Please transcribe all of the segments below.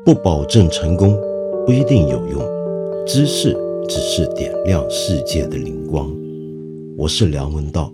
不保证成功，不一定有用。知识只是点亮世界的灵光。我是梁文道。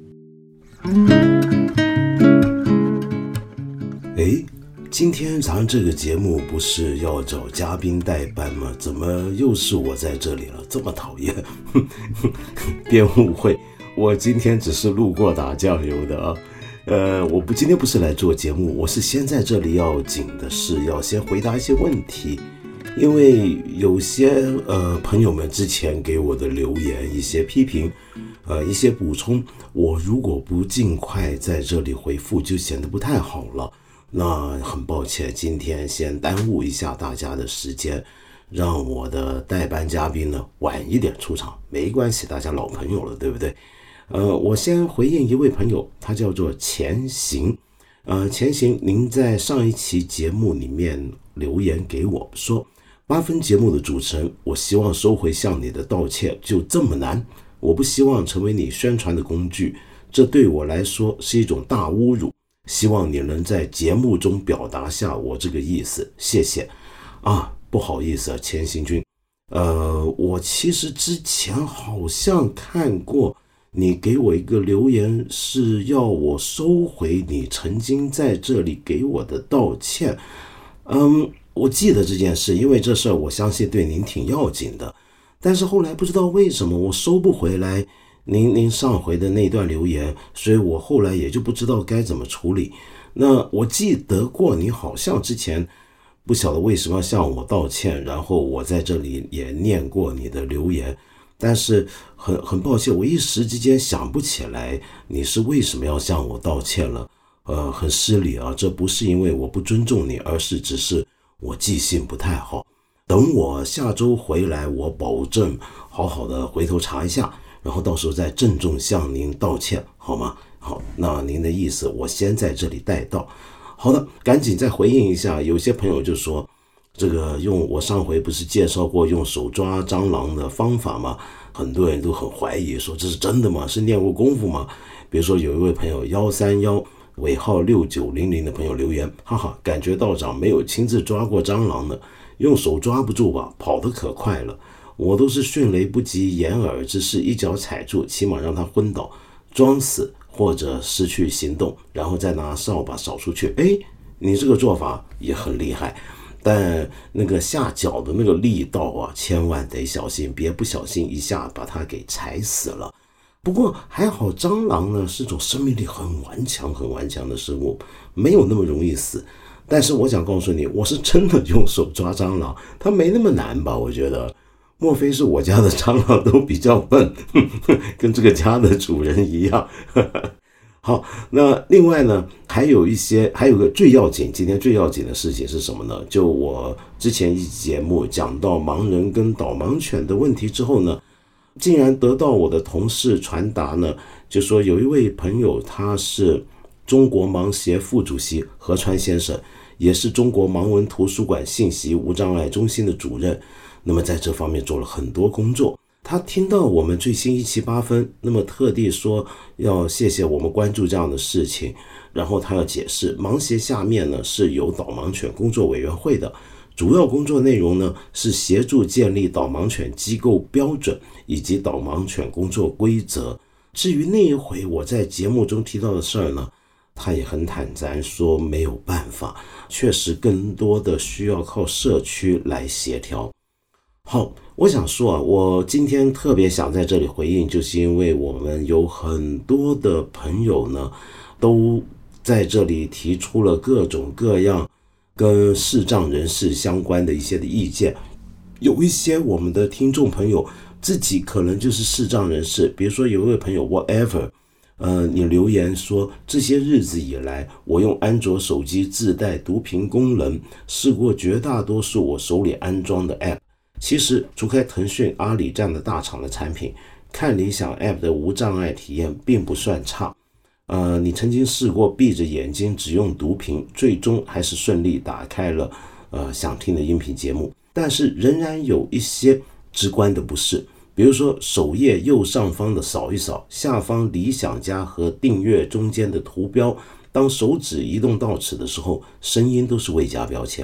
今天咱这个节目不是要找嘉宾代班吗？怎么又是我在这里了？这么讨厌。别误会，我今天只是路过打酱油的啊。今天不是来做节目，我是先在这里要紧的是要先回答一些问题，因为有些朋友们之前给我的留言，一些批评，一些补充，我如果不尽快在这里回复，就显得不太好了。那很抱歉，今天先耽误一下大家的时间，让我的代班嘉宾呢晚一点出场，没关系，大家老朋友了，对不对？我先回应一位朋友，他叫做前行。前行，您在上一期节目里面留言给我说，8分节目的主持人，我希望收回向你的道歉，就这么难？我不希望成为你宣传的工具，这对我来说是一种大侮辱。希望你能在节目中表达下我这个意思，谢谢。不好意思啊，前行君，我其实之前好像看过你给我一个留言，是要我收回你曾经在这里给我的道歉。我记得这件事，因为这事儿我相信对您挺要紧的，但是后来不知道为什么我收不回来您上回的那段留言，所以我后来也就不知道该怎么处理。那我记得过你好像之前不晓得为什么要向我道歉，然后我在这里也念过你的留言，但是很抱歉，我一时之间想不起来你是为什么要向我道歉了。很失礼啊，这不是因为我不尊重你，而是只是我记性不太好。等我下周回来，我保证好好的回头查一下，然后到时候再郑重向您道歉，好吗？好，那您的意思我先在这里带到。好的，赶紧再回应一下，有些朋友就说，这个我上回不是介绍过用手抓蟑螂的方法吗？很多人都很怀疑，说这是真的吗？是练过功夫吗？比如说有一位朋友131尾号6900的朋友留言，哈哈，感觉道长没有亲自抓过蟑螂呢，用手抓不住吧，跑得可快了。我都是迅雷不及掩耳之势，一脚踩住，起码让他昏倒，装死或者失去行动，然后再拿扫把扫出去。你这个做法也很厉害，但那个下脚的那个力道啊，千万得小心，别不小心一下把它给踩死了。不过还好，蟑螂呢是种生命力很顽强的生物，没有那么容易死。但是我想告诉你，我是真的用手抓蟑螂，它没那么难吧？我觉得莫非是我家的蟑螂都比较笨，跟这个家的主人一样。好，那另外呢，还有个最要紧，今天最要紧的事情是什么呢？就我之前一节目讲到盲人跟导盲犬的问题之后呢，竟然得到我的同事传达呢，就说有一位朋友，他是中国盲协副主席何川先生，也是中国盲文图书馆信息无障碍中心的主任，那么在这方面做了很多工作。他听到我们最新178分，那么特地说要谢谢我们关注这样的事情，然后他要解释，盲协下面呢是有导盲犬工作委员会的，主要工作内容呢是协助建立导盲犬机构标准以及导盲犬工作规则。至于那一回我在节目中提到的事儿呢，他也很坦然说没有办法，确实更多的需要靠社区来协调。好，我想说啊，我今天特别想在这里回应，就是因为我们有很多的朋友呢，都在这里提出了各种各样跟视障人士相关的一些的意见。有一些我们的听众朋友自己可能就是视障人士，比如说有一位朋友 whatever，你留言说，这些日子以来，我用安卓手机自带读屏功能，试过绝大多数我手里安装的 App。其实除开腾讯、阿里这样的大厂的产品，看理想 App 的无障碍体验并不算差。你曾经试过闭着眼睛只用读屏，最终还是顺利打开了想听的音频节目，但是仍然有一些直观的不适。比如说首页右上方的扫一扫，下方理想家和订阅中间的图标，当手指移动到此的时候，声音都是未加标签。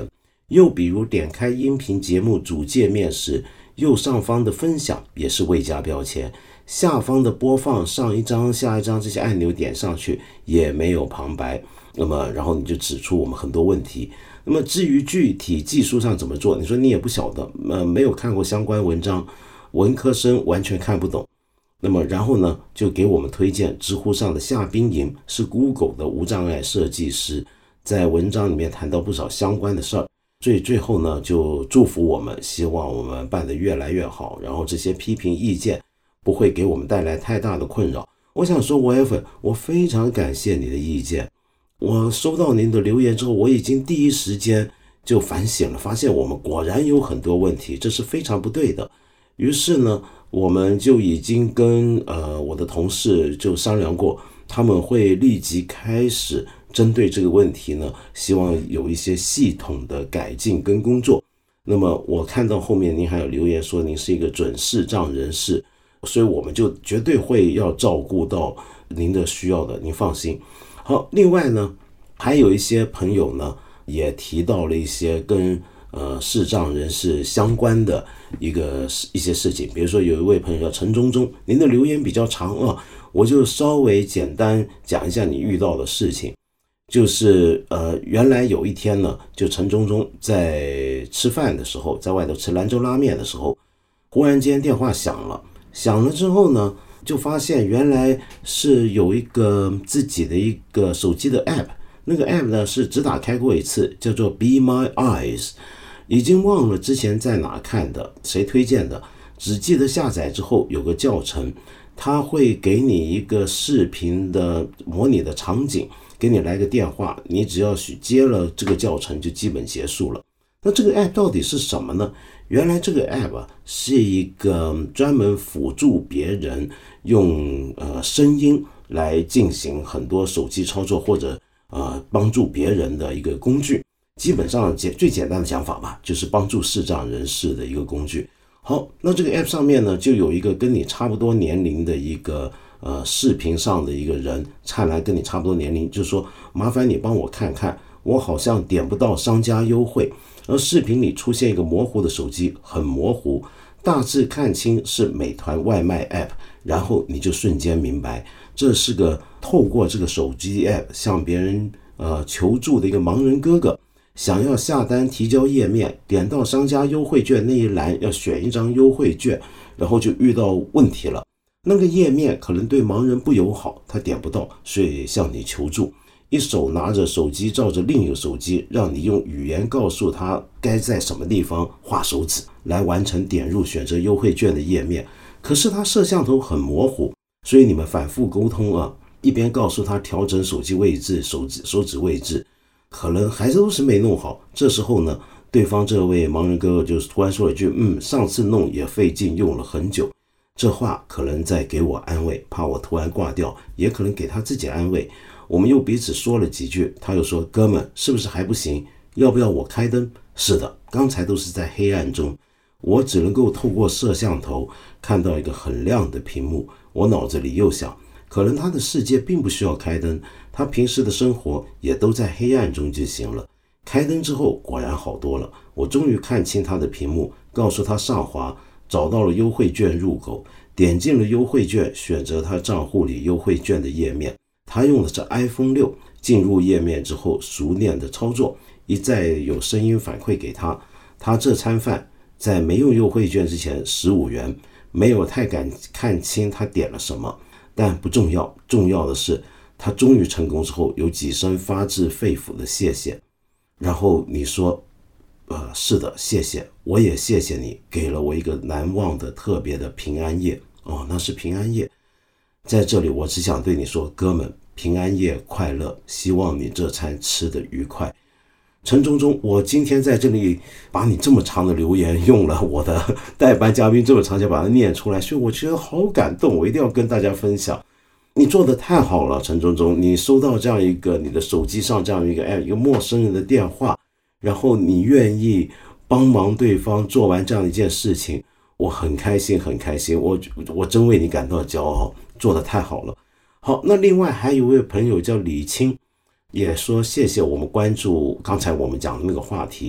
又比如点开音频节目主界面时，右上方的分享也是未加标签，下方的播放上一章下一章这些按钮点上去也没有旁白。那么然后你就指出我们很多问题。那么至于具体技术上怎么做，你说你也不晓得，没有看过相关文章，文科生完全看不懂。那么然后呢，就给我们推荐知乎上的夏冰莹，是 Google 的无障碍设计师，在文章里面谈到不少相关的事儿。最后呢，就祝福我们，希望我们办得越来越好，然后这些批评意见不会给我们带来太大的困扰。我想说 whatever， 我非常感谢你的意见。我收到您的留言之后，我已经第一时间就反省了，发现我们果然有很多问题，这是非常不对的。于是呢，我们就已经跟我的同事就商量过，他们会立即开始针对这个问题呢，希望有一些系统的改进跟工作。那么我看到后面您还有留言说您是一个准视障人士，所以我们就绝对会要照顾到您的需要的，您放心。好，另外呢，还有一些朋友呢也提到了一些跟视障人士相关的一些事情。比如说有一位朋友叫陈忠忠，您的留言比较长啊，我就稍微简单讲一下你遇到的事情。就是原来有一天呢，就陈忠忠在吃饭的时候，在外头吃兰州拉面的时候，忽然间电话响了之后呢，就发现原来是有一个自己的一个手机的 app， 那个 app 呢是只打开过一次，叫做 Be My Eyes， 已经忘了之前在哪看的，谁推荐的，只记得下载之后有个教程，它会给你一个视频的模拟的场景，给你来个电话，你只要接了这个教程就基本结束了。那这个 app 到底是什么呢？原来这个 app 是一个专门辅助别人用声音来进行很多手机操作，或者帮助别人的一个工具。基本上最简单的讲法吧，就是帮助视障人士的一个工具。好，那这个 app 上面呢，就有一个跟你差不多年龄的一个视频上的一个人，看来跟你差不多年龄，就是说麻烦你帮我看看，我好像点不到商家优惠，而视频里出现一个模糊的手机，很模糊，大致看清是美团外卖 app， 然后你就瞬间明白，这是个透过这个手机 app 向别人求助的一个盲人哥哥，想要下单提交页面，点到商家优惠券那一栏要选一张优惠券，然后就遇到问题了。那个页面可能对盲人不友好，他点不到，所以向你求助。一手拿着手机照着另一个手机，让你用语言告诉他该在什么地方画手指来完成点入选择优惠券的页面。可是他摄像头很模糊，所以你们反复沟通啊，一边告诉他调整手机位置、手指位置，可能还都是没弄好。这时候呢，对方这位盲人哥哥就突然说了一句上次弄也费劲，用了很久。这话可能在给我安慰，怕我突然挂掉，也可能给他自己安慰。我们又彼此说了几句，他又说哥们是不是还不行，要不要我开灯？是的，刚才都是在黑暗中，我只能够透过摄像头看到一个很亮的屏幕。我脑子里又想，可能他的世界并不需要开灯，他平时的生活也都在黑暗中就行了。开灯之后果然好多了，我终于看清他的屏幕，告诉他上滑，找到了优惠券入口，点进了优惠券，选择他账户里优惠券的页面。他用的是 iPhone 6，进入页面之后熟练的操作，一再有声音反馈给他。他这餐饭在没用优惠券之前15元，没有太敢看清他点了什么，但不重要，重要的是他终于成功之后有几声发自肺腑的谢谢。然后你说是的，谢谢，我也谢谢你给了我一个难忘的特别的平安夜。那是平安夜。在这里我只想对你说，哥们，平安夜快乐，希望你这餐吃得愉快。陈忠忠，我今天在这里把你这么长的留言用了我的代班嘉宾这么长，就把它念出来，所以我觉得好感动，我一定要跟大家分享。你做的太好了，陈忠忠，你收到这样一个你的手机上这样一个陌生人的电话，然后你愿意帮忙对方做完这样一件事情，我很开心很开心，我真为你感到骄傲，做得太好了。好，那另外还有一位朋友叫李青，也说谢谢我们关注刚才我们讲的那个话题，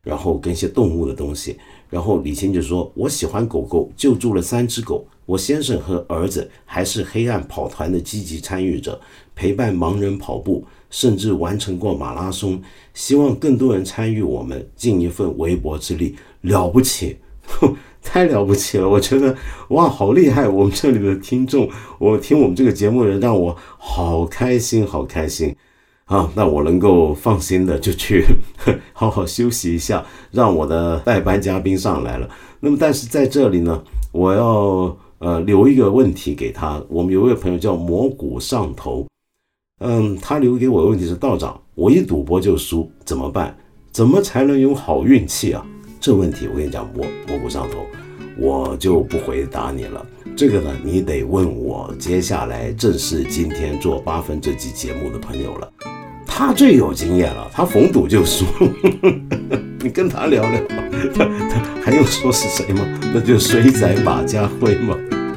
然后跟一些动物的东西。然后李青就说，我喜欢狗狗，救助了3只狗。我先生和儿子还是黑暗跑团的积极参与者，陪伴盲人跑步，甚至完成过马拉松。希望更多人参与我们，尽一份微薄之力。了不起，太了不起了！我觉得哇，好厉害！我们这里的听众，我听我们这个节目的人，让我好开心，好开心啊！那我能够放心的就去好好休息一下，让我的代班嘉宾上来了。那么，但是在这里呢，我要留一个问题给他。我们有一位朋友叫蘑菇上头，他留给我的问题是：道长，我一赌博就输，怎么办？怎么才能有好运气啊？这问题我跟你讲，蘑菇上头，我就不回答你了。这个呢，你得问我接下来正是今天做8分这期节目的朋友了。他最有经验了，他逢赌就输。你跟他聊聊，他还用说是谁吗？那就水仔马家辉嘛。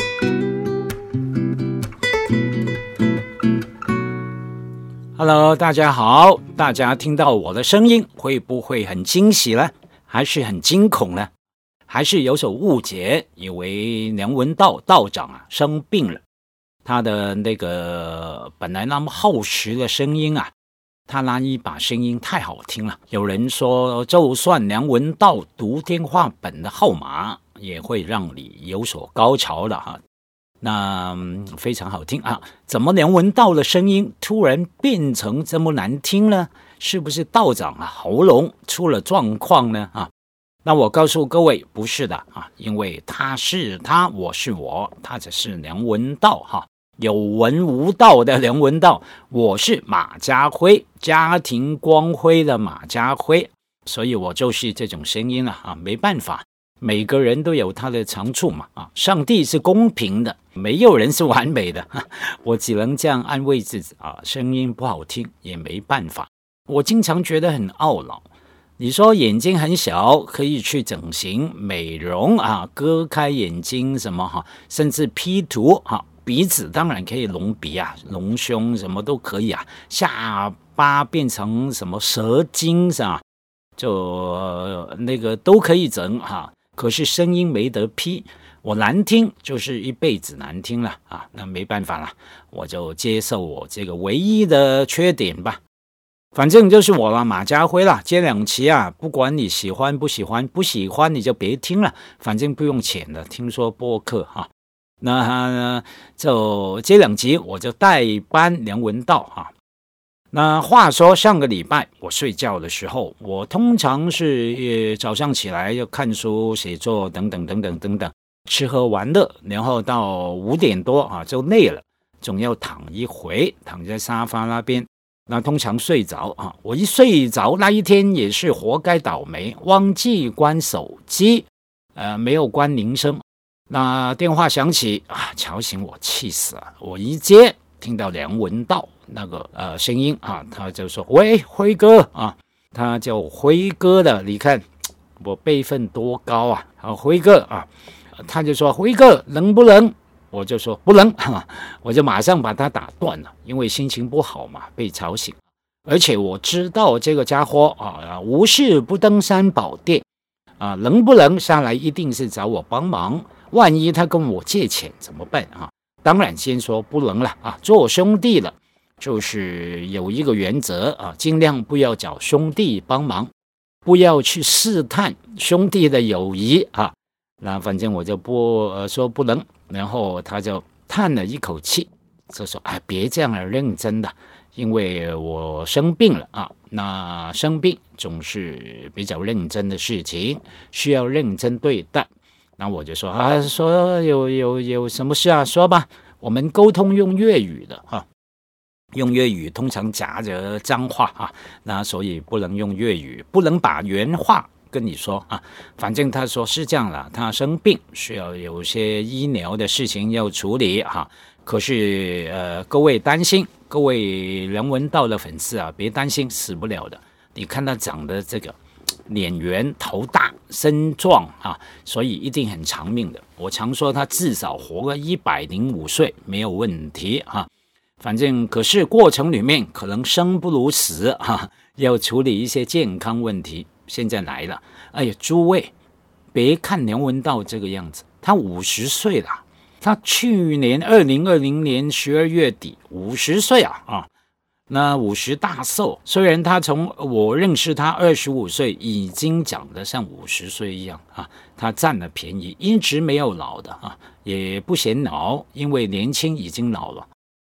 Hello， 大家好，大家听到我的声音会不会很惊喜呢？还是很惊恐呢？还是有所误解，以为梁文道道长生病了？他的那个本来那么厚实的声音他那一把声音太好听了。有人说，就算梁文道读电话本的号码，也会让你有所高潮的那非常好听怎么梁文道的声音突然变成这么难听呢？是不是道长喉咙出了状况呢那我告诉各位，不是的因为他是他，我是我，他只是梁文道有文无道的梁文道，我是马家辉，家庭光辉的马家辉，所以我就是这种声音没办法，每个人都有他的长处嘛上帝是公平的，没有人是完美的我只能这样安慰自己声音不好听也没办法。我经常觉得很懊恼，你说眼睛很小可以去整形美容割开眼睛什么甚至 P 图鼻子当然可以隆鼻隆胸什么都可以下巴变成什么蛇精就那个都可以整可是声音没得 P， 我难听就是一辈子难听了那没办法了，我就接受我这个唯一的缺点吧。反正就是我了，马家辉了，接2期不管你喜欢不喜欢，不喜欢你就别听了，反正不用钱的，听说播客那就接2集我就代班梁文道那话说上个礼拜我睡觉的时候，我通常是早上起来要看书写作等等等等等等，吃喝玩乐，然后到5点多就累了，总要躺一回，躺在沙发那边，那通常睡着我一睡着那一天也是活该倒霉，忘记关手机没有关铃声，那电话响起吵醒我，气死了。我一接听到梁文道那个声音他就说喂辉哥他叫我辉哥的，你看我辈分多高辉哥他就说辉哥能不能，我就说不能我就马上把他打断了，因为心情不好嘛，被吵醒。而且我知道这个家伙无事不登山宝殿能不能下来一定是找我帮忙，万一他跟我借钱怎么办当然先说不能了做兄弟了就是有一个原则尽量不要找兄弟帮忙，不要去试探兄弟的友谊那反正我就说不能，然后他就叹了一口气，就说别这样认真的，因为我生病了那生病总是比较认真的事情，需要认真对待。那我就说说有什么事说吧，我们沟通用粤语的用粤语通常夹着脏话那所以不能用粤语，不能把原话跟你说反正他说是这样了，他生病需要有些医疗的事情要处理可是各位担心，各位梁文道的粉丝别担心，死不了的。你看他长得这个脸圆头大身壮所以一定很长命的。我常说他至少活个105岁没有问题反正可是过程里面可能生不如死要处理一些健康问题， 现在来了。哎呀，诸位，别看梁文道这个样子，他50岁了。他去年2020年12月底50岁啊，那50大寿。虽然他从我认识他25岁，已经讲得像50岁一样啊，他占了便宜，一直没有老的啊，也不嫌老，因为年轻已经老了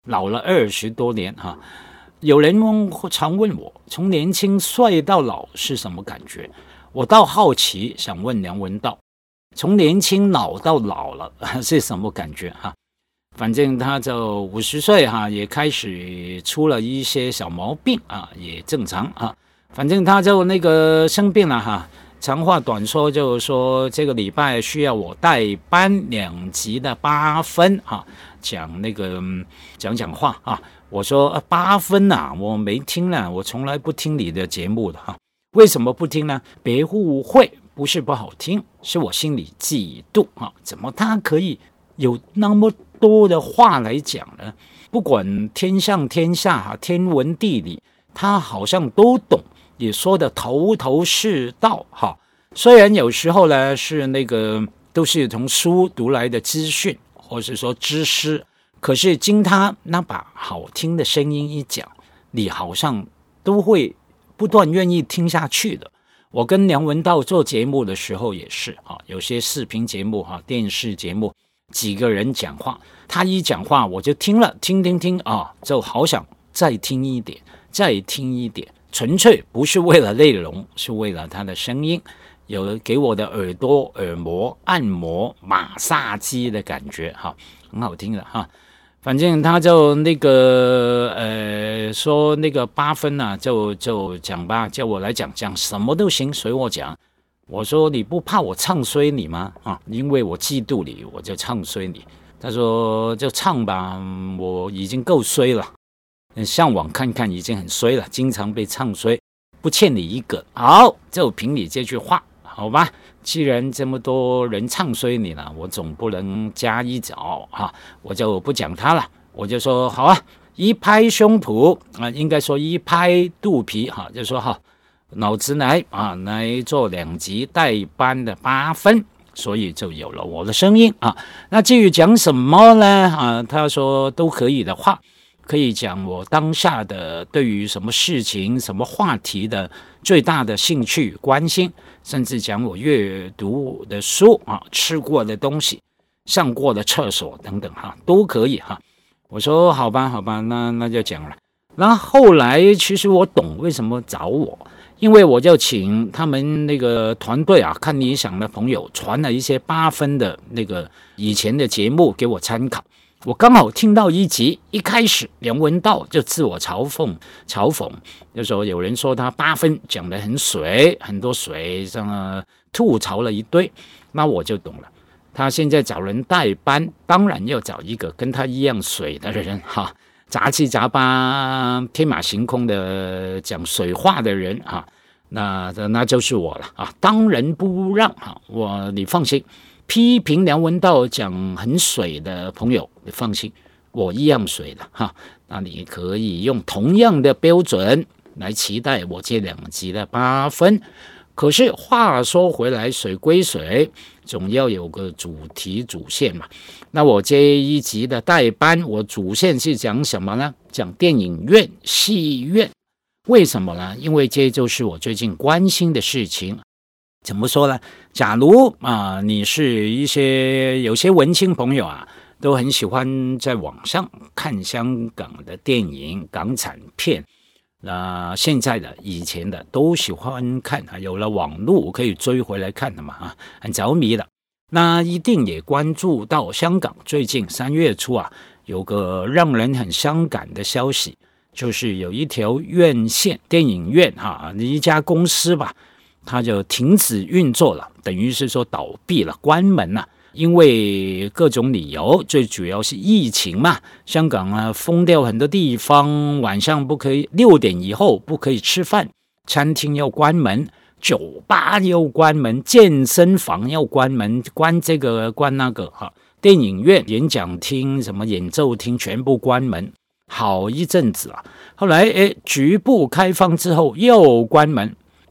20多年哈。有人常问我，从年轻帅到老是什么感觉？我倒好奇，想问梁文道，从年轻老到老了是什么感觉哈？反正他就50岁哈，也开始出了一些小毛病啊，也正常啊。反正他就那个生病了哈。长话短说，就是说这个礼拜需要我代班2集的8分啊，讲话啊。我说8分啊，我没听了，我从来不听你的节目的哈。为什么不听呢？别误会，不是不好听，是我心里嫉妒啊！怎么他可以有那么多的话来讲呢？不管天上天下天文地理，他好像都懂，也说得头头是道哈。虽然有时候呢是那个都是从书读来的资讯，或是说知识，可是经他那把好听的声音一讲，你好像都会不断愿意听下去的。我跟梁文道做节目的时候也是有些视频节目电视节目，几个人讲话，他一讲话我就听了听就好想再听一点，纯粹不是为了内容，是为了他的声音，有给我的耳朵耳膜按摩马杀鸡的感觉很好听的哈。反正他就那个说那个8分啊，就讲吧，叫我来讲什么都行，随我讲。我说你不怕我唱衰你吗？因为我嫉妒你，我就唱衰你。他说就唱吧，我已经够衰了，上网看看已经很衰了，经常被唱衰，不欠你一个。好，就凭你这句话，好吧？既然这么多人唱衰你了，我总不能加一脚我就不讲他了，我就说好啊，一拍胸脯应该说一拍肚皮就说脑子来做2集代班的8分，所以就有了我的声音那至于讲什么呢他说都可以的话，可以讲我当下的对于什么事情什么话题的最大的兴趣关心，甚至讲我阅读的书吃过的东西，上过的厕所等等都可以我说好吧那就讲了。那后来其实我懂为什么找我，因为我就请他们那个团队看理想的朋友传了一些8分的那个以前的节目给我参考。我刚好听到一集，一开始梁文道就自我嘲讽，就说有人说他8分讲得很水，很多水，吐槽了一堆。那我就懂了，他现在找人代班，当然要找一个跟他一样水的人杂七杂八天马行空的讲水话的人那就是我了当仁不让你放心。批评梁文道讲很水的朋友，你放心，我一样水的那你可以用同样的标准来期待我这2集的8分。可是话说回来，水归水，总要有个主题主线嘛。那我这一集的代班，我主线是讲什么呢？讲电影院、戏院。为什么呢？因为这就是我最近关心的事情。怎么说呢？假如你是有些文青朋友都很喜欢在网上看香港的电影、港产片，现在的、以前的都喜欢看有了网络可以追回来看的嘛很着迷的。那一定也关注到香港最近3月初有个让人很伤感的消息，就是有一条院线电影院一家公司吧，它就停止运作了，等于是说倒闭了，关门了。因为各种理由，最主要是疫情嘛，香港封掉很多地方，晚上不可以6点以后不可以吃饭，餐厅要关门，酒吧要关门，健身房要关门，关这个关那个电影院、演讲厅、什么演奏厅全部关门，好一阵子后来局部开放之后又关门。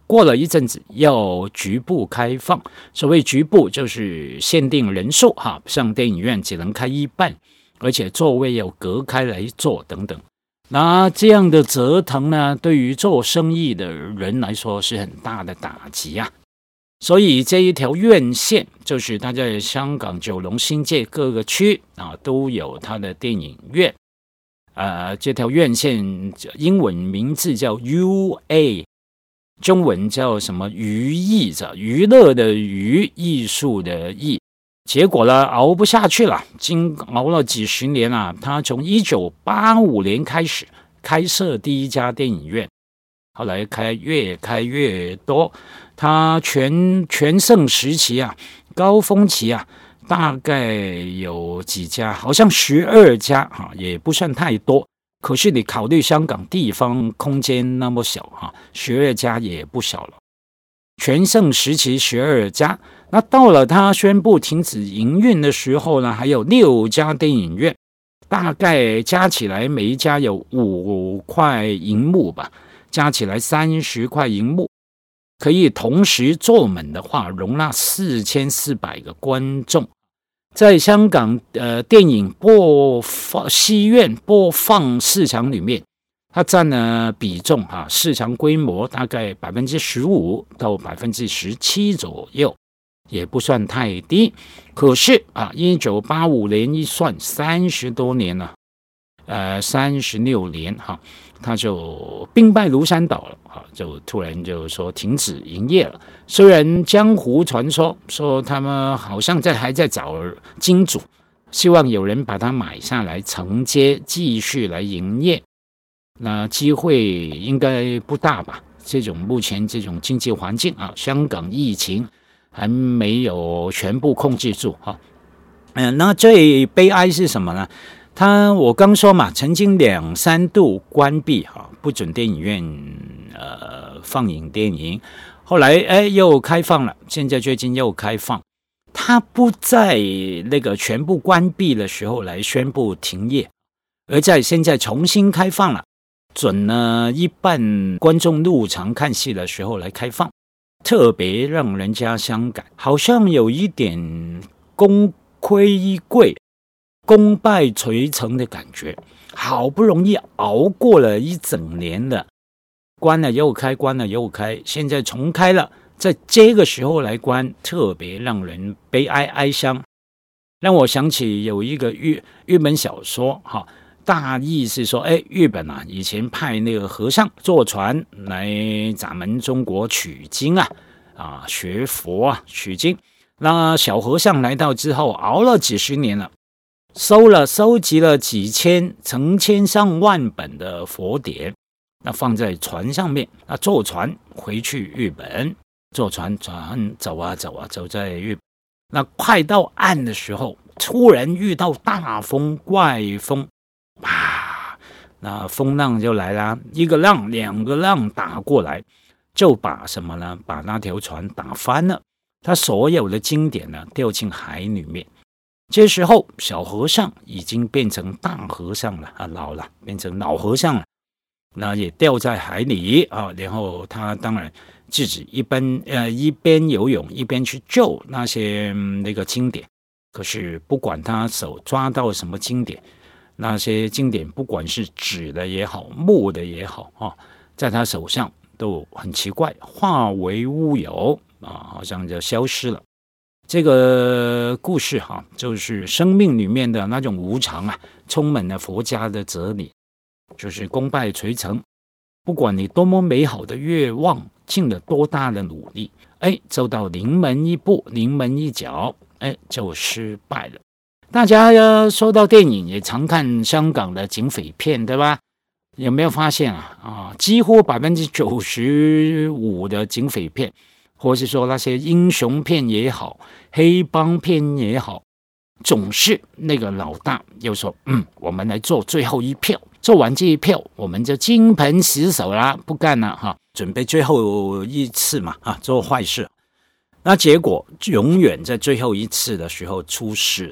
过了一阵子要局部开放，所谓局部就是限定人数上电影院只能开一半，而且座位要隔开来坐等等。那这样的折腾呢，对于做生意的人来说是很大的打击啊。所以这一条院线，就是它在香港九龙新界各个区都有它的电影院。这条院线英文名字叫 UA， 中文叫什么娱艺，娱乐的娱，艺术的艺。结果呢，熬不下去了，熬了几十年啊，他从1985年开始开设第一家电影院，后来越开越多。他全盛时期啊，高峰期啊，大概有几家，好像12家也不算太多。可是你考虑香港地方空间那么小12家也不小了。全盛时期12家，那到了他宣布停止营运的时候呢，还有6家电影院，大概加起来每一家有5块银幕吧，加起来30块银幕，可以同时坐满的话，容纳4400个观众。在香港电影戏院播放市场里面，它占了比重市场规模大概15%到17%左右，也不算太低。可是1985年一算30多年了，36年他就兵败如山倒了就突然就说停止营业了。虽然江湖传说他们好像还在找金主，希望有人把它买下来承接，继续来营业。那机会应该不大吧？目前这种经济环境香港疫情还没有全部控制住那最悲哀是什么呢？我刚说嘛，曾经2-3度关闭不准电影院放映电影，后来又开放了，现在最近又开放。他不在那个全部关闭的时候来宣布停业，而在现在重新开放了，准呢一半观众入场看戏的时候来开放，特别让人家伤感，好像有一点功亏贵功败垂成的感觉。好不容易熬过了一整年了，关了又开，关了又开，现在重开了，在这个时候来关，特别让人悲哀哀伤。让我想起有一个日本小说大意是说日本以前派那个和尚坐船来咱们中国取经学佛取经。那小和尚来到之后，熬了几十年了，收集了成千上万本的佛典，那放在船上面，那坐船回去日本，坐船走在日本。那快到岸的时候，突然遇到大风怪风，那风浪就来了，一个浪2个浪打过来，就把什么呢？把那条船打翻了，他所有的经典呢掉进海里面。这时候小和尚已经变成大和尚了老了，变成老和尚了，那也掉在海里然后他当然自己一边游泳一边去救那些那个经典。可是不管他手抓到什么经典，那些经典不管是纸的也好，木的也好在他手上都很奇怪，化为乌有好像就消失了。这个故事就是生命里面的那种无常充满了佛家的哲理，就是功败垂成。不管你多么美好的愿望，尽了多大的努力，走到临门一步，临门一脚，就失败了。大家说到电影，也常看香港的警匪片，对吧？有没有发现几乎95%的警匪片，或是说那些英雄片也好，黑帮片也好，总是那个老大又说我们来做最后一票，做完这一票我们就金盆洗手啦，不干了准备最后一次嘛做坏事。那结果永远在最后一次的时候出事了。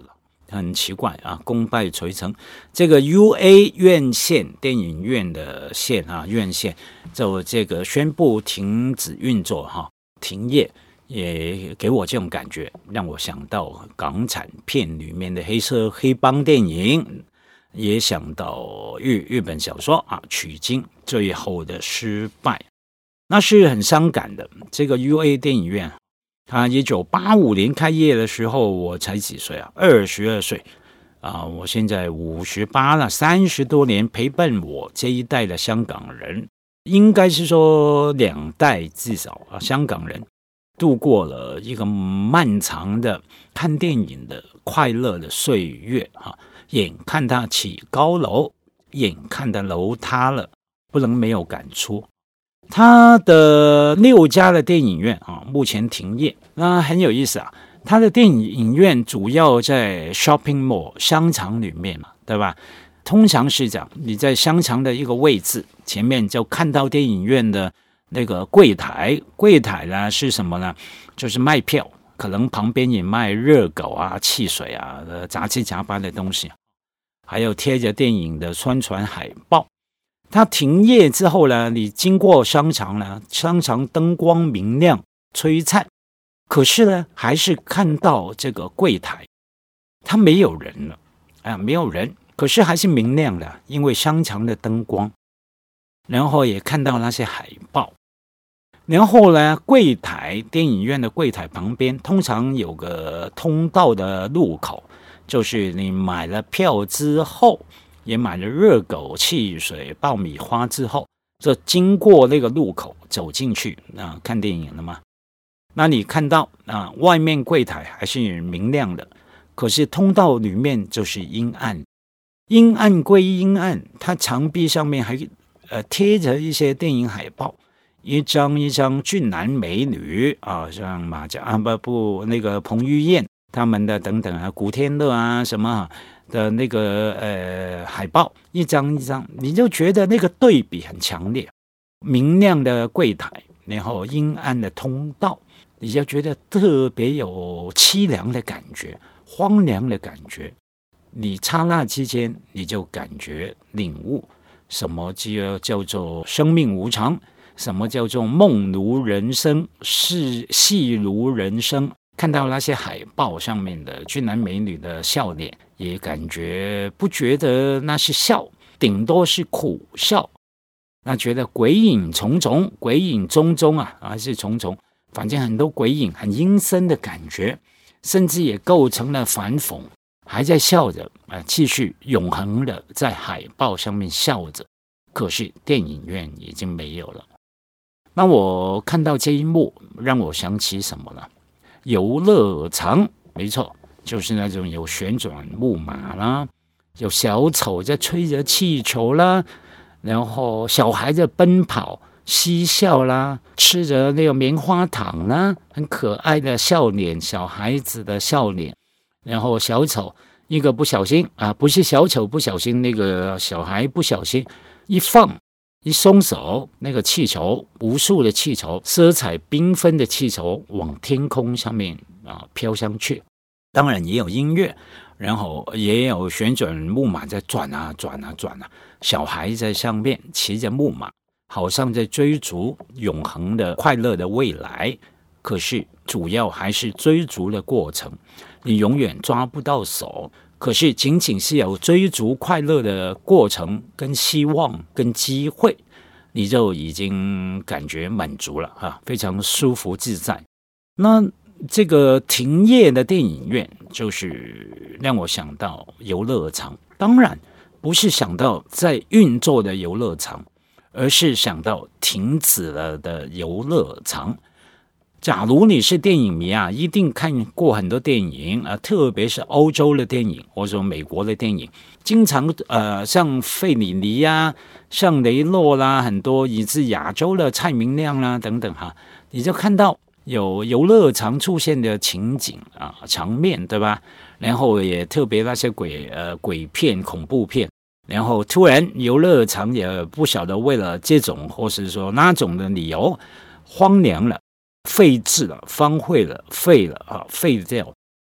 很奇怪啊，功败垂成。这个 UA 院线电影院的线啊，院线就这个宣布停止运作停业，也给我这种感觉，让我想到港产片里面的黑色黑帮电影，也想到日本小说啊，取经最后的失败，那是很伤感的。这个 UA 电影院，它1985年开业的时候，我才几岁啊，22岁啊，我现在58了，30多年陪伴我这一代的香港人，应该是说2代至少啊，香港人度过了一个漫长的看电影的快乐的岁月啊，眼看它起高楼，眼看它楼塌了，不能没有感触。它的6家的电影院啊，目前停业，那很有意思啊。它的电影院主要在 shopping mall 商场里面嘛，对吧？通常是这样，你在商场的一个位置前面就看到电影院的那个柜台呢是什么呢？就是卖票，可能旁边也卖热狗啊、汽水啊、杂七杂八的东西，还有贴着电影的宣传海报。它停业之后呢，你经过商场呢，商场灯光明亮璀璨，可是呢，还是看到这个柜台，它没有人了啊，没有人，可是还是明亮的，因为商场的灯光，然后也看到那些海报，然后呢，柜台电影院的柜台旁边通常有个通道的入口，就是你买了票之后。也买了热狗、汽水、爆米花之后，就经过那个路口走进去啊，看电影了吗？那你看到啊，外面柜台还是明亮的，可是通道里面就是阴暗，阴暗归阴暗，它墙壁上面还贴着一些电影海报，一张一张俊男美女啊，像马甲那个彭于晏他们的等等啊，古天乐啊什么的那个海报，一张一张，你就觉得那个对比很强烈。明亮的柜台，然后阴暗的通道，你就觉得特别有凄凉的感觉，荒凉的感觉。你刹那之间，你就感觉领悟什么叫做生命无常，什么叫做梦如人生，戏如人生。看到那些海报上面的俊男美女的笑脸，也感觉不觉得那是笑，顶多是苦笑。那觉得鬼影重重，鬼影踪踪啊，还是重重，反正很多鬼影，很阴森的感觉，甚至也构成了反讽，还在笑着继续永恒的在海报上面笑着。可是电影院已经没有了。那我看到这一幕，让我想起什么呢？游乐场，没错，就是那种有旋转木马啦，有小丑在吹着气球啦，然后小孩在奔跑嬉笑啦，吃着那个棉花糖啦，很可爱的笑脸，小孩子的笑脸。然后小丑一个不小心啊，不是小丑不小心，那个小孩不小心一松手，那个气球，无数的气球，色彩缤纷的气球往天空上面飘上去。当然也有音乐，然后也有旋转木马在转啊转啊转啊，小孩在上面骑着木马，好像在追逐永恒的快乐的未来。可是主要还是追逐的过程，你永远抓不到手。可是仅仅是有追逐快乐的过程跟希望跟机会，你就已经感觉满足了非常舒服自在。那这个停业的电影院就是让我想到游乐场，当然不是想到在运作的游乐场，而是想到停止了的游乐场。假如你是电影迷一定看过很多电影特别是欧洲的电影或者美国的电影，经常像费里尼像雷洛啦，很多以至亚洲的蔡明亮啦等等你就看到有游乐场出现的情景场面，对吧？然后也特别那些鬼片恐怖片，然后突然游乐场也不晓得为了这种或是说那种的理由荒凉了，废置了，荒废了，废掉。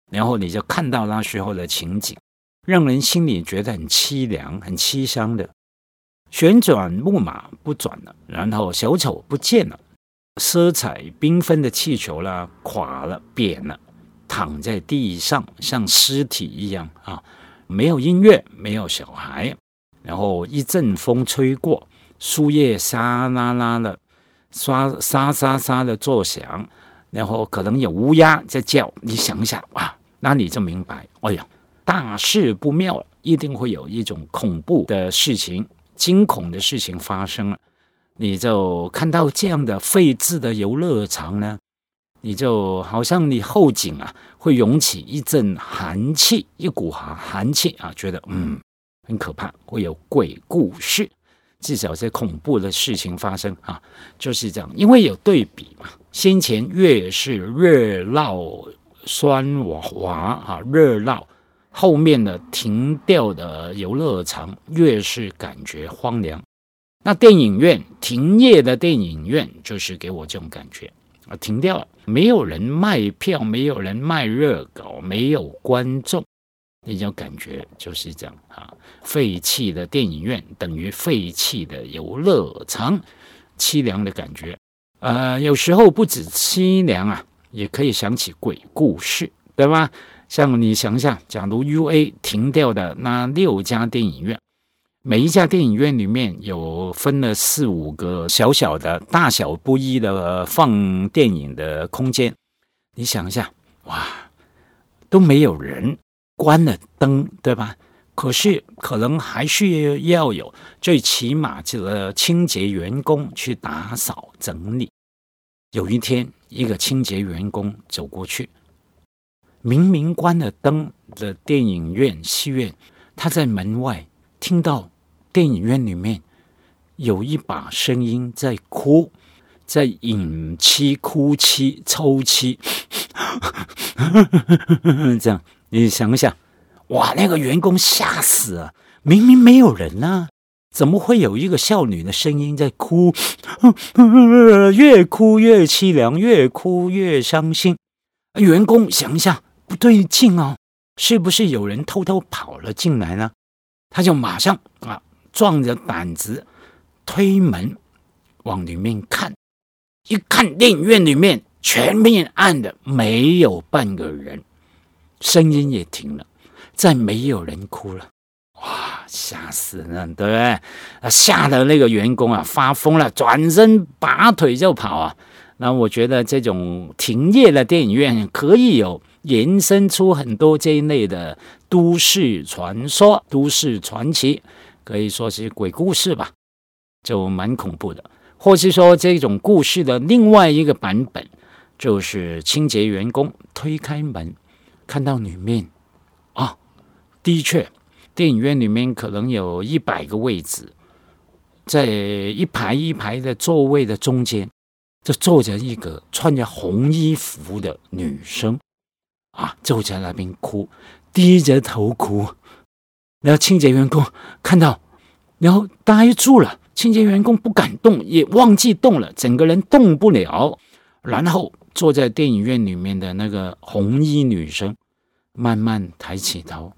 然后你就看到那时候的情景，让人心里觉得很凄凉、很凄伤的。旋转木马不转了，然后小丑不见了，色彩缤纷的气球啦垮了、扁了，躺在地上像尸体一样啊！没有音乐，没有小孩，然后一阵风吹过，树叶沙啦啦的、沙沙沙的作响，然后可能有乌鸦在叫。你想一下啊，那你就明白，哎呀，大事不妙了，一定会有一种恐怖的事情、惊恐的事情发生了。你就看到这样的废置的游乐场呢，你就好像你后颈啊会涌起一阵寒气，一股寒气啊，觉得很可怕，会有鬼故事，至少是恐怖的事情发生啊，就是这样。因为有对比嘛，先前越是热闹喧哗啊，热闹，后面的停掉的游乐场越是感觉荒凉。那电影院停业的电影院就是给我这种感觉啊，停掉了，没有人卖票，没有人卖热狗，没有观众，那种感觉就是这样啊。废弃的电影院等于废弃的游乐场，凄凉的感觉。有时候不止凄凉啊，也可以想起鬼故事，对吧？像你想想，假如 UA 停掉的那6家电影院，每一家电影院里面有分了4、5个小小的大小不一的放电影的空间，你想一下，哇，都没有人，关了灯，对吧？可是可能还是要有最起码这个清洁员工去打扫整理。有一天，一个清洁员工走过去，明明关了灯的电影院戏院，他在门外听到电影院里面有一把声音在哭，在隐气、哭泣、抽泣，这样你想想，哇，那个员工吓死了，明明没有人啊，怎么会有一个少女的声音在哭？越哭越凄凉，越哭越伤心。员工想一下，不对劲哦，是不是有人偷偷跑了进来呢？他就马上壮着胆子推门往里面看，一看电影院里面全面暗的，没有半个人，声音也停了，再没有人哭了。哇，吓死人，对不对？吓得那个员工发疯了，转身拔腿就跑啊。那我觉得这种停业的电影院可以有延伸出很多这一类的都市传说、都市传奇，可以说是鬼故事吧，就蛮恐怖的。或是说这种故事的另外一个版本，就是清洁员工推开门，看到里面的确电影院里面可能有100个位置，在一排一排的座位的中间，就坐着一个穿着红衣服的女生就在那边哭，低着头哭。然后清洁员工看到，然后呆住了，清洁员工不敢动，也忘记动了，整个人动不了。然后坐在电影院里面的那个红衣女生慢慢抬起头，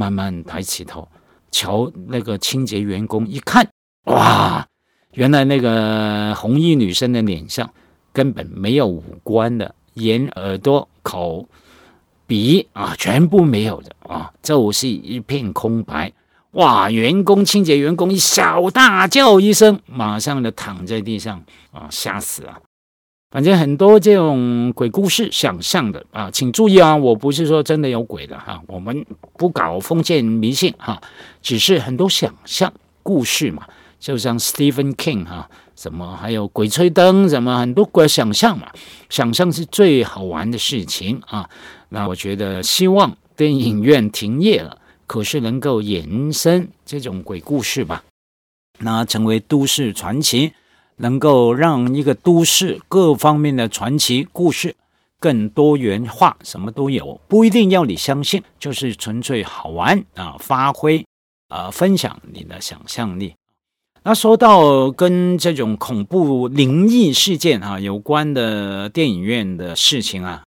瞧那个清洁员工，一看，哇，原来那个红衣女生的脸上根本没有五官的，眼、耳朵、口、鼻全部没有的就是一片空白。哇！清洁员工一小大叫一声，马上的躺在地上吓死了。反正很多这种鬼故事想象的请注意我不是说真的有鬼的我们不搞封建迷信只是很多想象故事嘛，就像 Stephen King 什么还有鬼吹灯什么，很多鬼想象嘛，想象是最好玩的事情那我觉得希望电影院停业了，可是能够延伸这种鬼故事吧，那成为都市传奇，能够让一个都市各方面的传奇故事更多元化，什么都有，不一定要你相信，就是纯粹好玩发挥分享你的想象力。那说到跟这种恐怖灵异事件有关的电影院的事情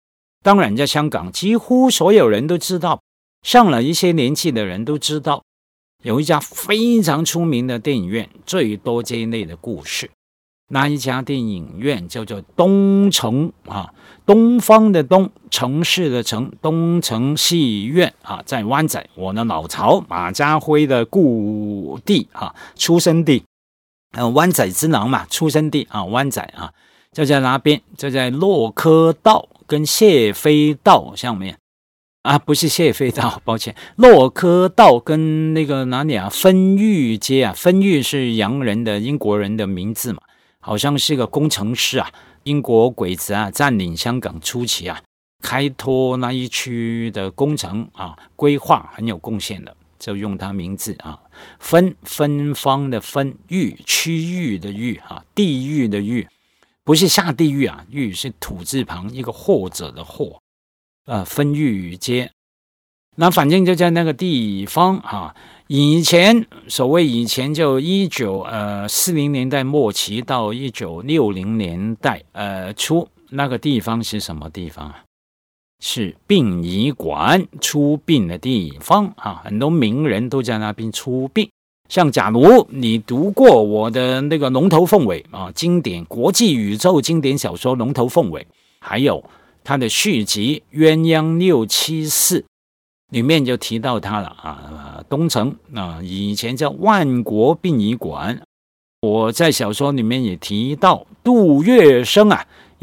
当然在香港几乎所有人都知道，上了一些年纪的人都知道，有一家非常出名的电影院，最多这一类的故事。那一家电影院叫做东城东方的东，城市的城，东城戏院在湾仔，我的老巢马家辉的故地出生地，湾仔之狼嘛，出生地湾仔就在那边，就在洛科道跟谢飞道上面不是谢飞道，抱歉，洛科道跟那个哪里分域街分域是洋人的英国人的名字嘛，好像是个工程师英国鬼子占领香港初期开拓那一区的工程规划很有贡献的，就用他名字分方的分，域区域的域地狱的域，不是下地狱狱是土字旁一个或者的或分域街。那反正就在那个地方以前所谓以前就1940年代末期到1960年代初，那个地方是什么地方是殡仪馆，出殡的地方很多名人都在那边出殡。像假如你读过我的那个龙头凤尾经典国际宇宙经典小说龙头凤尾，还有他的续集鸳鸯674里面就提到他了东城以前叫万国殡仪馆。我在小说里面也提到杜月笙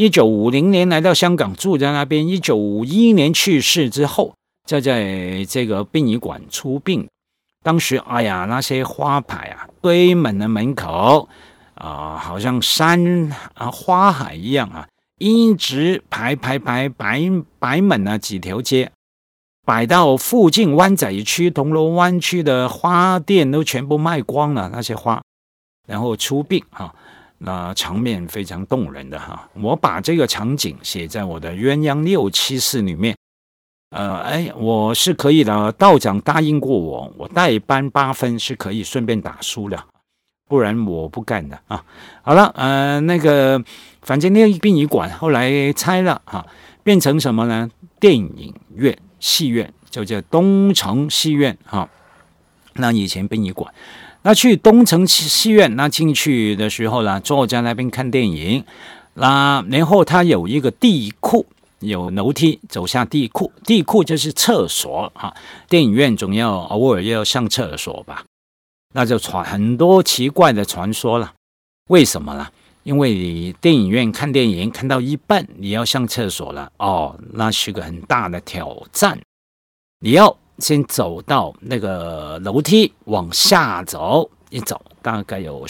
1950年来到香港住在那边，1951年去世之后就在这个殡仪馆出殡。当时那些花牌堆满了门口好像山花海一样一直排摆满了几条街，摆到附近湾仔区铜锣湾区的花店都全部卖光了那些花，然后出殡那场面非常动人的我把这个场景写在我的鸳鸯674里面。我是可以的，道长答应过我代班8分是可以顺便打书的，不然我不干的好了，那个反正那个殡仪馆后来拆了变成什么呢？电影院戏院，就叫东城戏院那以前殡仪馆，那去东城戏院，那进去的时候呢，坐在那边看电影，然后它有一个地库，有楼梯走下地库，地库就是厕所电影院总要偶尔要上厕所吧，那就传很多奇怪的传说了。为什么呢？因为你电影院看电影看到一半你要上厕所了那是个很大的挑战，你要先走到那个楼梯往下走，一走大概有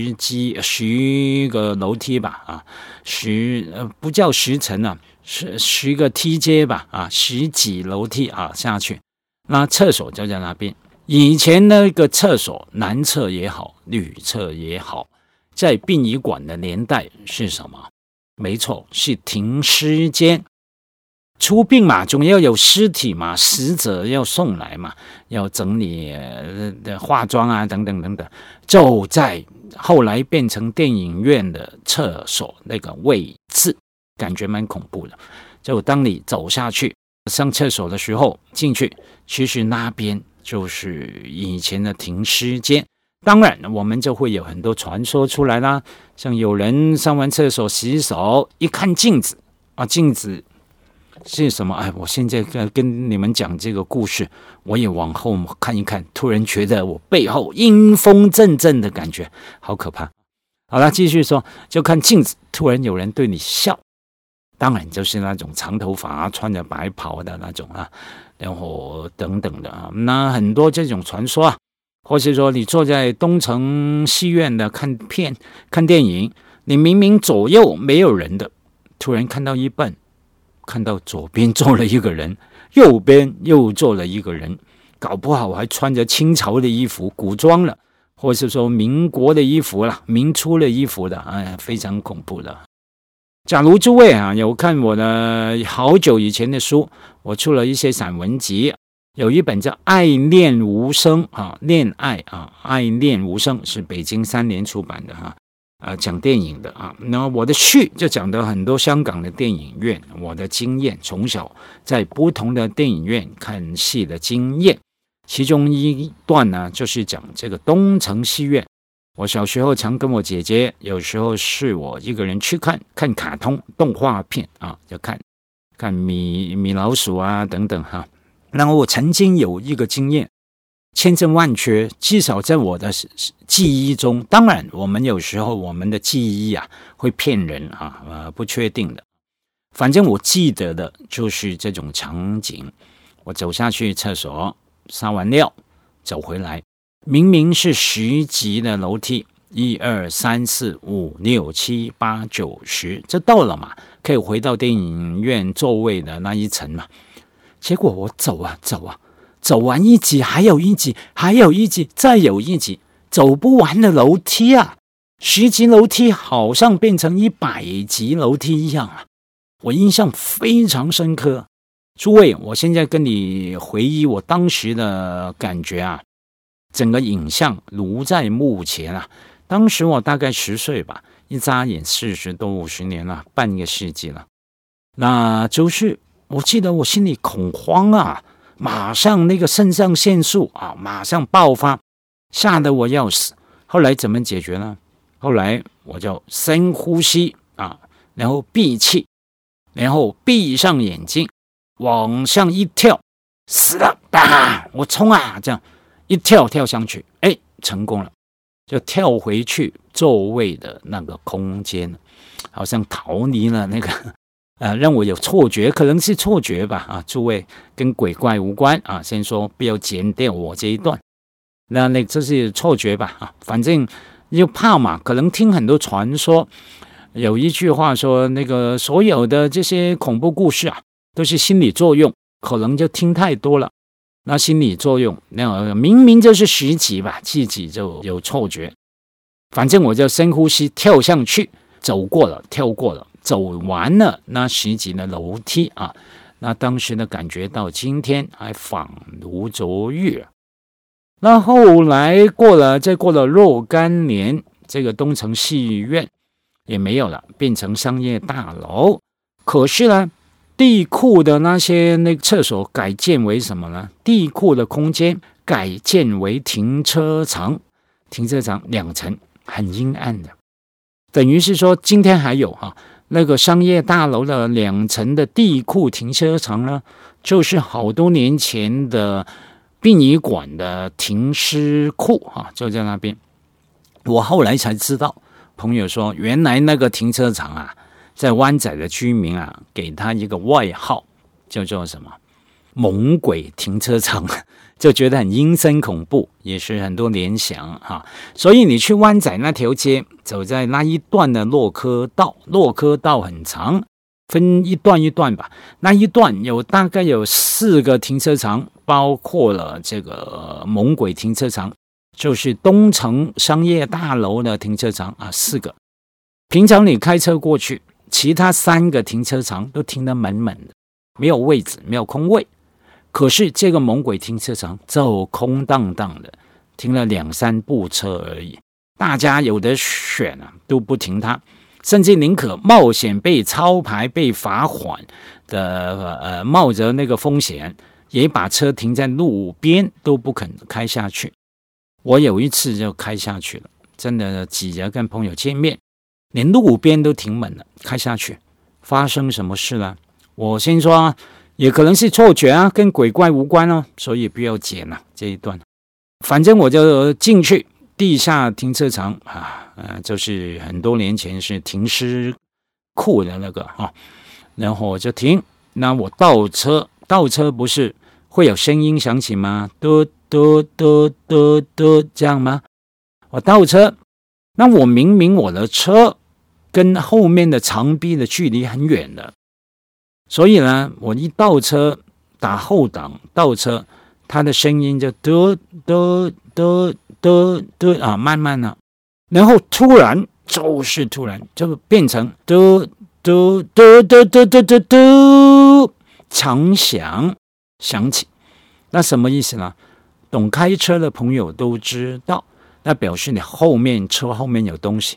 10个楼梯吧不叫10层10个梯阶吧10几楼梯下去，那厕所就在那边。以前那个厕所男厕也好女厕也好，在殡仪馆的年代是什么？没错，是停尸间。出殡嘛，总要有尸体嘛，死者要送来嘛，要整理化妆等等等等，就在后来变成电影院的厕所那个位置，感觉蛮恐怖的。就当你走下去上厕所的时候进去，其实那边就是以前的停尸间。当然我们就会有很多传说出来啦，像有人上完厕所洗手，一看镜子镜子是什么？我现在跟你们讲这个故事，我也往后看一看，突然觉得我背后阴风阵阵的感觉，好可怕。好了，继续说，就看镜子，突然有人对你笑，当然就是那种长头发穿着白袍的那种然后等等的那很多这种传说或是说你坐在东城戏院的看电影，你明明左右没有人的，突然看到一半，看到左边坐了一个人，右边又坐了一个人，搞不好还穿着清朝的衣服，古装了，或是说民国的衣服了，民初的衣服的非常恐怖的。假如诸位有看我的好久以前的书，我出了一些散文集，有一本叫《爱恋无声》恋爱爱恋无声是北京3联出版的讲电影的啊。那我的序就讲到很多香港的电影院，我的经验，从小在不同的电影院看戏的经验。其中一段呢，就是讲这个东城戏院。我小时候常跟我姐姐，有时候是我一个人去看卡通动画片啊，就看米老鼠啊等等哈。然后我曾经有一个经验，千真万确，至少在我的记忆中，当然我们有时候我们的记忆啊会骗人啊，不确定的。反正我记得的就是这种场景，我走下去厕所撒完尿走回来，明明是10级的楼梯，1、2、3、4、5、6、7、8、9、10，这到了嘛，可以回到电影院座位的那一层嘛。结果我走完一级，还有一级，再有一级，走不完的楼梯啊！10级楼梯好像变成100级楼梯一样啊！我印象非常深刻。诸位，我现在跟你回忆我当时的感觉啊，整个影像如在目前啊。当时我大概10岁吧，一眨眼40多50年了，半个世纪了。那就是我记得我心里恐慌啊，马上那个肾上腺素啊，马上爆发，吓得我要死。后来怎么解决呢？后来我就深呼吸啊，然后闭气，然后闭上眼睛，往上一跳，死了啊！我冲啊，这样一跳上去，成功了，就跳回去座位的那个空间，好像逃离了那个让我有错觉，可能是错觉吧啊！诸位，跟鬼怪无关啊，先说不要剪掉我这一段，那这是错觉吧啊！反正就怕嘛，可能听很多传说，有一句话说，那个所有的这些恐怖故事啊，都是心理作用，可能就听太多了。那心理作用，那明明就是10级吧，自己就有错觉。反正我就深呼吸，跳上去，走过了，跳过了，走完了那10级的楼梯啊。那当时的感觉到今天还仿如昨日。那后来再过了若干年，这个东城戏院也没有了，变成商业大楼。可是呢，地库的那厕所改建为什么呢？地库的空间改建为停车场2层，很阴暗的。等于是说，今天还有那个商业大楼的2层的地库停车场呢，就是好多年前的殡仪馆的停尸库就在那边。我后来才知道，朋友说，原来那个停车场啊，在湾仔的居民啊，给他一个外号，叫做什么？猛鬼停车场，就觉得很阴森恐怖，也是很多联想所以你去湾仔那条街，走在那一段的洛科道很长，分一段一段吧。那一段大概有4个停车场，包括了这个猛鬼停车场，就是东城商业大楼的停车场4个。平常你开车过去，其他3个停车场都停得满满的，没有位置，没有空位。可是这个猛鬼停车场就空荡荡的，停了2-3部车而已。大家有的选都不停它，甚至宁可冒险被抄牌、被罚款的冒着那个风险，也把车停在路边，都不肯开下去。我有一次就开下去了，真的挤着跟朋友见面，连路边都停满了，开下去，发生什么事了？我先说也可能是错觉跟鬼怪无关所以不要剪这一段。反正我就进去地下停车场就是很多年前是停尸库的那个然后我就停。那我倒车不是会有声音响起吗？嘟嘟嘟嘟嘟，这样吗？我倒车，那我明明我的车跟后面的长壁的距离很远的，所以呢，我一倒车打后档倒车，它的声音就嘟嘟嘟嘟嘟慢慢的，然后突然就变成嘟嘟嘟嘟嘟嘟嘟嘟，长响起。那什么意思呢？懂开车的朋友都知道，那表示你车后面有东西。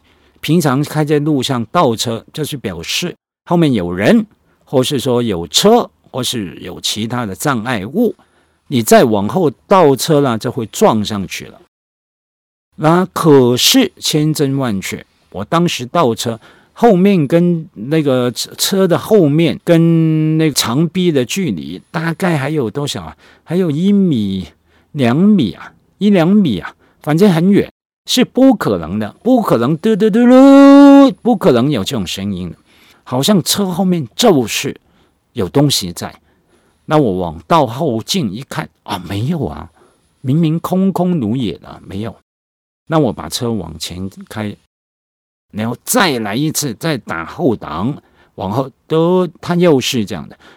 平常开在路上倒车，就是表示后面有人，或是说有车，或是有其他的障碍物，你再往后倒车了，就会撞上去了。那可是千真万确，我当时倒车，后面跟那个车的后面跟那个长壁的距离大概还有多少啊？还有1米、2米啊，1、2米啊，反正很远，是不可能的，不可能，不可能有这种声音的，好像车后面就是有东西在。那我往倒后镜一看啊，没有啊，明明空空如也的，没有。那我把车往前开，然后再来一次，再打后档，往后它又是这样的，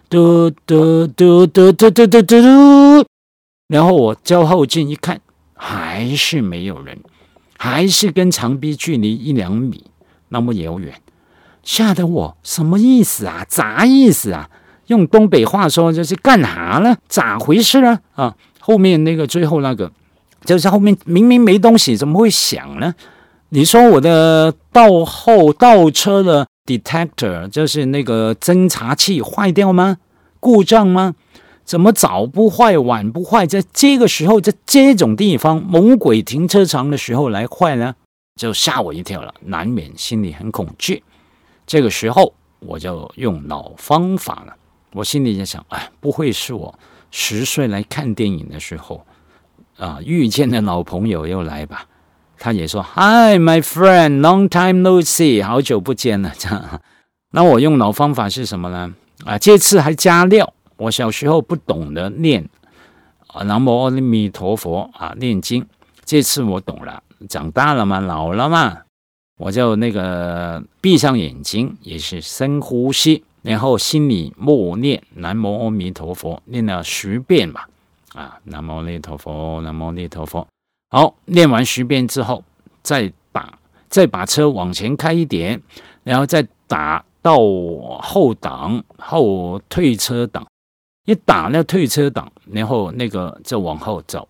然后我照后镜一看，还是没有人，还是跟长壁距离1、2米那么遥远，吓得我什么意思啊？咋意思啊？用东北话说就是干哈了？咋回事啊？后面那个最后那个，就是后面明明没东西，怎么会响呢？你说我的倒车的 detector 就是那个侦察器坏掉吗？故障吗？怎么早不坏晚不坏，在这个时候在这种地方猛鬼停车场的时候来坏呢？就吓我一跳了，难免心里很恐惧。这个时候我就用老方法了，我心里在想，不会是我10岁来看电影的时候遇见的老朋友又来吧？他也说 Hi my friend, long time no see， 好久不见了。那我用老方法是什么呢？这次还加料。我小时候不懂得念南无阿弥陀佛念经，这次我懂了，长大了嘛，老了嘛，我就那个闭上眼睛，也是深呼吸，然后心里默念南无阿弥陀佛，念了10遍吧。南无阿弥陀佛，南无阿弥陀佛。好，念完10遍之后，再把车往前开一点，然后再打到后档后退车档，一打那退车档，然后那个就往后走，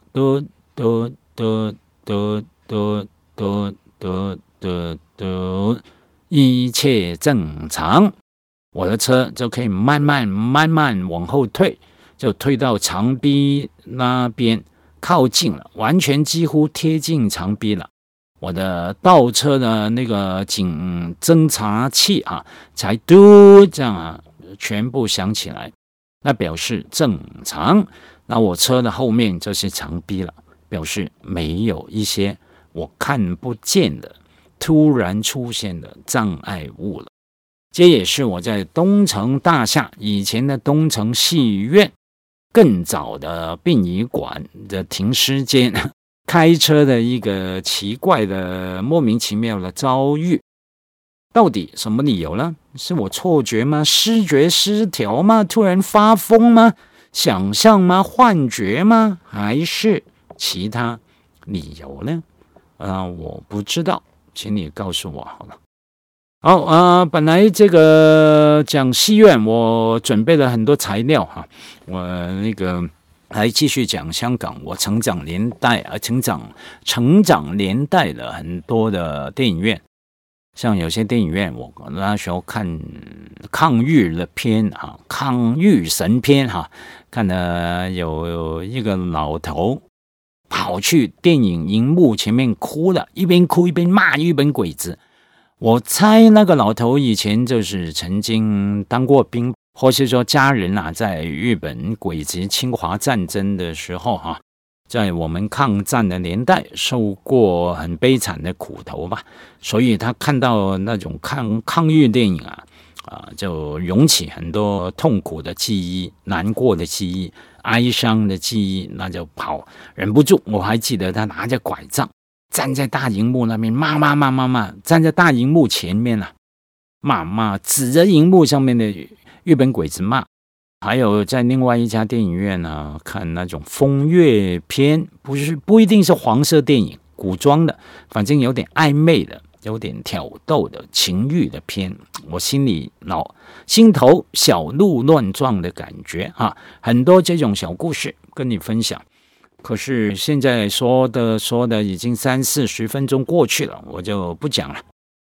一切正常，我的车就可以慢慢往后退，就退到长壁那边靠近了，完全几乎贴近长壁了。我的倒车的那个侦察器才这样全部响起来，那表示正常。那我车的后面就是长壁了，表示没有一些我看不见的突然出现的障碍物了。这也是我在东城大厦以前的东城戏院更早的殡仪馆的停尸间开车的一个奇怪的莫名其妙的遭遇。到底什么理由呢？是我错觉吗？视觉失调吗？突然发疯吗？想象吗？幻觉吗？还是其他理由呢？我不知道，请你告诉我好了。好本来这个讲戏院，我准备了很多材料我那个来继续讲香港我成长年代成长年代的很多的电影院。像有些电影院，我那时候看抗日的片抗日神片看了有一个老头跑去电影荧幕前面哭了，一边哭一边骂日本鬼子。我猜那个老头以前就是曾经当过兵，或是说家人在日本鬼子侵华战争的时候在我们抗战的年代受过很悲惨的苦头吧，所以他看到那种抗日电影就涌起很多痛苦的记忆、难过的记忆、哀伤的记忆，那就跑，忍不住。我还记得他拿着拐杖站在大荧幕那边骂，站在大荧幕前面骂，指着荧幕上面的日本鬼子骂。还有在另外一家电影院看那种风月片，不一定是黄色电影，古装的，反正有点暧昧的，有点挑逗的情欲的片，我心头小鹿乱撞的感觉很多这种小故事跟你分享。可是现在说的已经30-40分钟过去了，我就不讲了。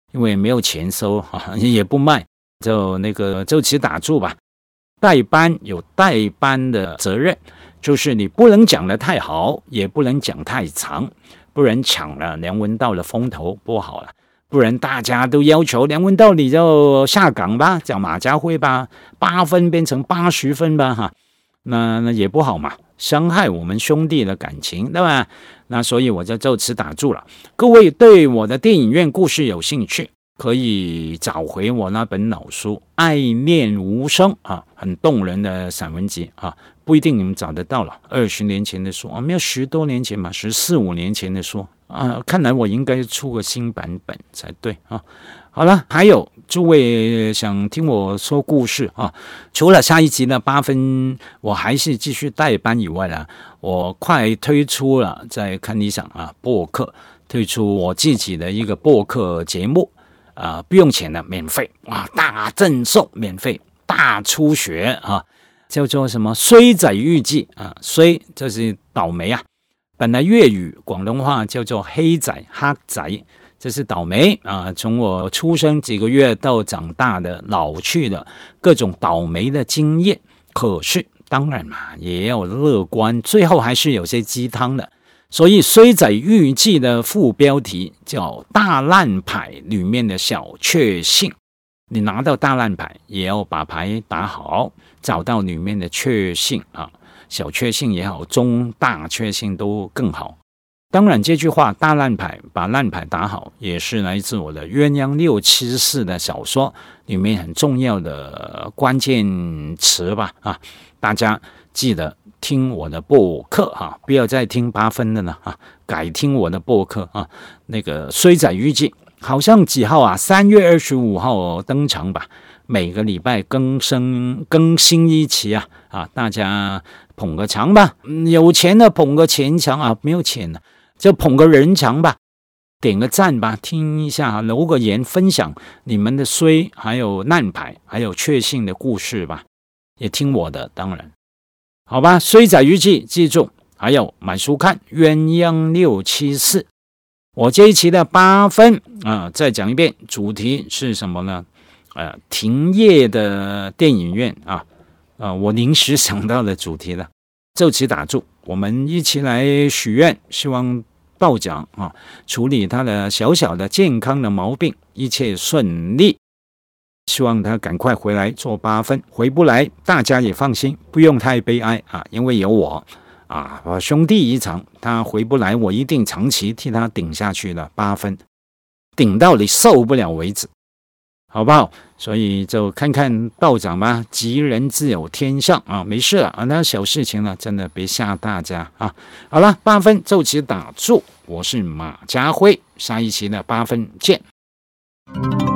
因为没有钱收也不卖，就此打住吧。代班有代班的责任，就是你不能讲得太好，也不能讲太长，不然抢了梁文道的风头不好了。不然大家都要求梁文道你就下岗吧，讲马家辉吧，8分变成80分吧那也不好嘛，伤害我们兄弟的感情，对吧？那所以我就此打住了。各位对我的电影院故事有兴趣，可以找回我那本老书《爱念无声》很动人的散文集不一定你们找得到了，20年前的书没有10多年前吧，14、15年前的书看来我应该出个新版本才对好了，还有诸位想听我说故事除了下一集的8分我还是继续代班以外呢，我快推出了在看理想播客，推出我自己的一个播客节目不用钱的，免费大赠送，免费大初学叫做什么衰仔日记衰就是倒霉本来粤语广东话叫做黑仔黑仔，这是倒霉从我出生几个月到长大的老去的各种倒霉的经验，可是当然嘛也要乐观，最后还是有些鸡汤的。所以衰仔日记的副标题叫大烂牌里面的小确幸，你拿到大烂牌也要把牌打好，找到里面的确幸小确幸也好，中大确幸都更好。当然这句话大烂牌把烂牌打好也是来自我的鸳鸯674的小说里面很重要的关键词吧大家记得听我的播客不要再听8分的了改听我的播客那个衰仔日记好像几号3月25号登场吧，每个礼拜更新一期大家捧个场吧，有钱的捧个钱场没有钱的就捧个人场吧，点个赞吧，听一下留个言，分享你们的衰还有烂牌还有确幸的故事吧，也听我的当然好吧。衰仔日记记住，还有买书看鸳鸯674。我这一期的8分再讲一遍，主题是什么呢？停业的电影院我临时想到的主题了，就此打住。我们一起来许愿，希望道长处理他的小小的健康的毛病一切顺利，希望他赶快回来做8分，回不来大家也放心，不用太悲哀因为有我兄弟一场，他回不来我一定长期替他顶下去了8分，顶到你受不了为止，好不好？所以就看看道长吧，吉人自有天相没事了那小事情了，真的别吓大家好了，8分就此打住，我是马家辉，下一期的8分见。